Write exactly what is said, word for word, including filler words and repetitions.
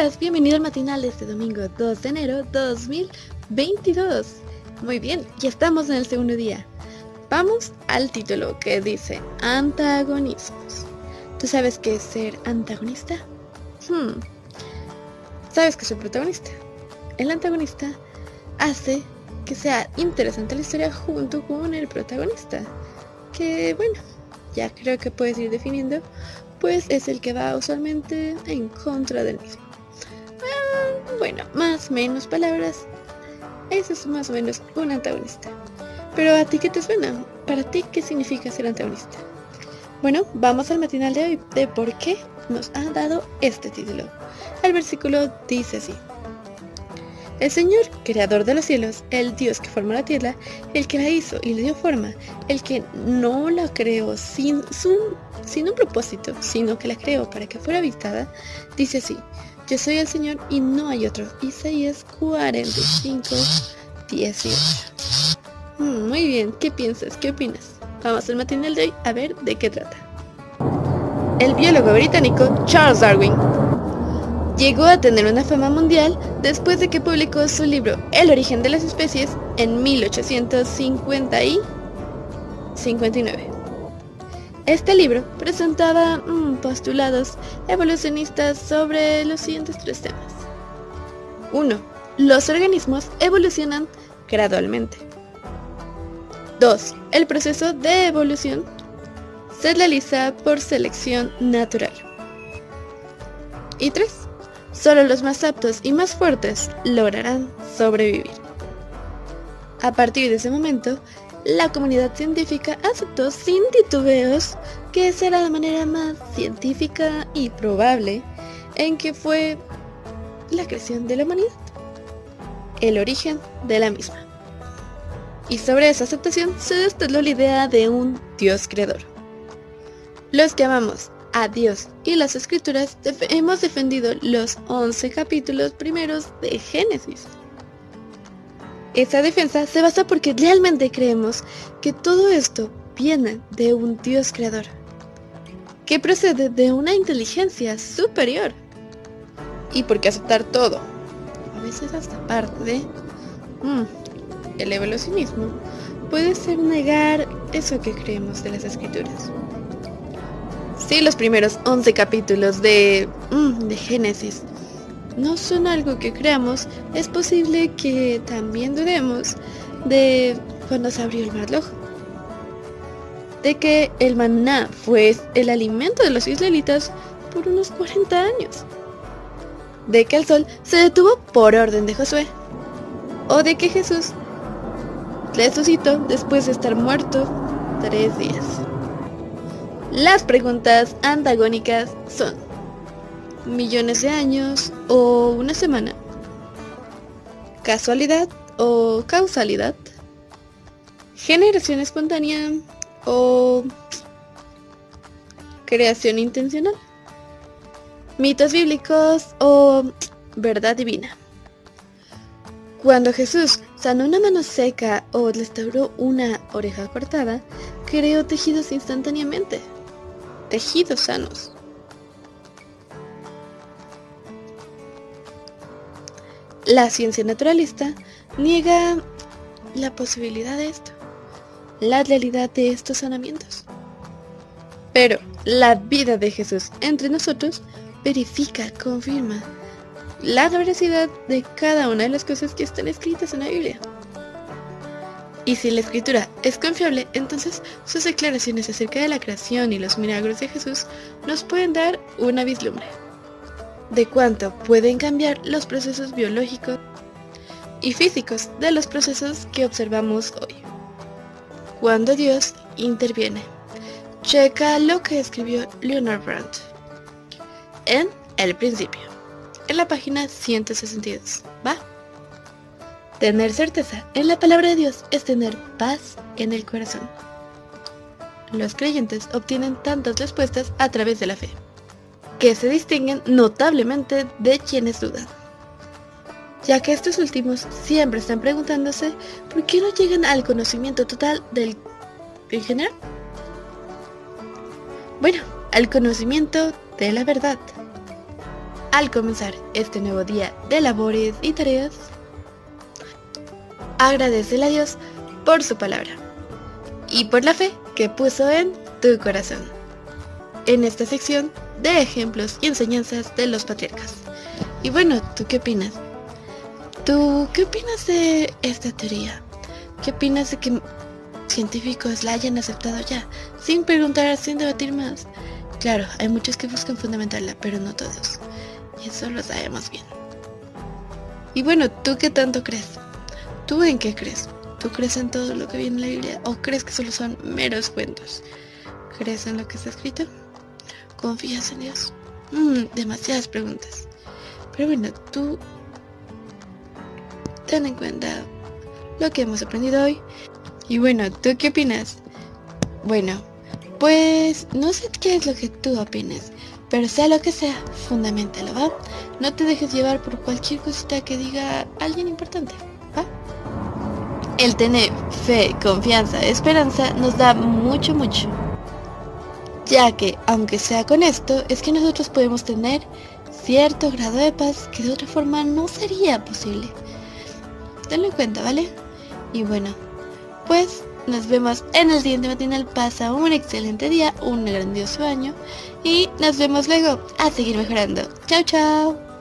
días, bienvenido al matinal de este domingo dos de enero dos mil veintidós. Muy bien, ya estamos en el segundo día. Vamos al título que dice antagonismos. ¿Tú sabes qué es ser antagonista? Hmm. ¿Sabes qué es el protagonista? El antagonista hace que sea interesante la historia junto con el protagonista, que bueno, ya creo que puedes ir definiendo, pues es el que va usualmente en contra del mismo. Ah, bueno, más o menos palabras, ese es más o menos un antagonista. Pero ¿a ti qué te suena? ¿Para ti qué significa ser antagonista? Bueno, vamos al matinal de hoy de por qué nos ha dado este título. El versículo dice así: el Señor, creador de los cielos, el Dios que formó la tierra, el que la hizo y le dio forma, el que no la creó sin, sin, sin un propósito, sino que la creó para que fuera habitada, dice así: yo soy el Señor y no hay otro. Isaías cuarenta y cinco, dieciocho. Hmm, muy bien, ¿qué piensas? ¿Qué opinas? Vamos al matinal de hoy a ver de qué trata. El biólogo británico Charles Darwin llegó a tener una fama mundial después de que publicó su libro El origen de las especies en mil ochocientos cincuenta y cincuenta y nueve. Este libro presentaba mmm, postulados evolucionistas sobre los siguientes tres temas. uno. Los organismos evolucionan gradualmente. dos. El proceso de evolución se realiza por selección natural. Y tres. Solo los más aptos y más fuertes lograrán sobrevivir. A partir de ese momento, la comunidad científica aceptó sin titubeos que esa era la manera más científica y probable en que fue la creación de la humanidad, el origen de la misma. Y sobre esa aceptación se destiló la idea de un Dios creador. Los que amamos a Dios y las escrituras def- hemos defendido los once capítulos primeros de Génesis. Esa defensa se basa porque realmente creemos que todo esto viene de un Dios creador, que procede de una inteligencia superior, y porque aceptar todo, a veces hasta parte de mm, el evolucionismo, puede ser negar eso que creemos de las escrituras. Si los primeros once capítulos de, mm, de Génesis no son algo que creamos, es posible que también dudemos de cuando se abrió el mar rojo, de que el maná fue el alimento de los israelitas por unos cuarenta años, de que el sol se detuvo por orden de Josué, o de que Jesús resucitó después de estar muerto tres días. Las preguntas antagónicas son: ¿millones de años o una semana? ¿Casualidad o causalidad? ¿Generación espontánea o creación intencional? ¿Mitos bíblicos o verdad divina? Cuando Jesús sanó una mano seca o restauró una oreja cortada, creó tejidos instantáneamente. Tejidos sanos. La ciencia naturalista niega la posibilidad de esto, la realidad de estos sanamientos. Pero la vida de Jesús entre nosotros verifica, confirma la veracidad de cada una de las cosas que están escritas en la Biblia. Y si la escritura es confiable, entonces sus declaraciones acerca de la creación y los milagros de Jesús nos pueden dar una vislumbre de cuánto pueden cambiar los procesos biológicos y físicos de los procesos que observamos hoy. Cuando Dios interviene. Checa lo que escribió Leonard Brandt en El Principio, en la página ciento sesenta y dos. ¿Va? Tener certeza en la palabra de Dios es tener paz en el corazón. Los creyentes obtienen tantas respuestas a través de la fe, que se distinguen notablemente de quienes dudan, ya que estos últimos siempre están preguntándose por qué no llegan al conocimiento total del en general. Bueno, al conocimiento de la verdad. al comenzar este nuevo día de labores y tareas, agradecele a Dios por su palabra y por la fe que puso en tu corazón. En esta sección de ejemplos y enseñanzas de los patriarcas. Y bueno, ¿tú qué opinas? ¿Tú qué opinas de esta teoría? ¿Qué opinas de que científicos la hayan aceptado ya, sin preguntar, sin debatir más? Claro, hay muchos que buscan fundamentarla, pero no todos. Y eso lo sabemos bien. Y bueno, ¿tú qué tanto crees? ¿Tú en qué crees? ¿Tú crees en todo lo que viene en la Biblia o crees que solo son meros cuentos? ¿Crees en lo que está escrito? ¿Confías en Dios? Mm, demasiadas preguntas. Pero bueno, tú ten en cuenta lo que hemos aprendido hoy. Y bueno, ¿tú qué opinas? Bueno, pues no sé qué es lo que tú opinas, pero sea lo que sea, fundamentalo, ¿va? No te dejes llevar por cualquier cosita que diga alguien importante, ¿va? El tener fe, confianza, esperanza nos da mucho, mucho. Ya que, aunque sea con esto, es que nosotros podemos tener cierto grado de paz que de otra forma no sería posible. Tenlo en cuenta, ¿vale? Y bueno, pues nos vemos en el siguiente matinal. Pasa un excelente día, un grandioso año y nos vemos luego a seguir mejorando. Chao, chao.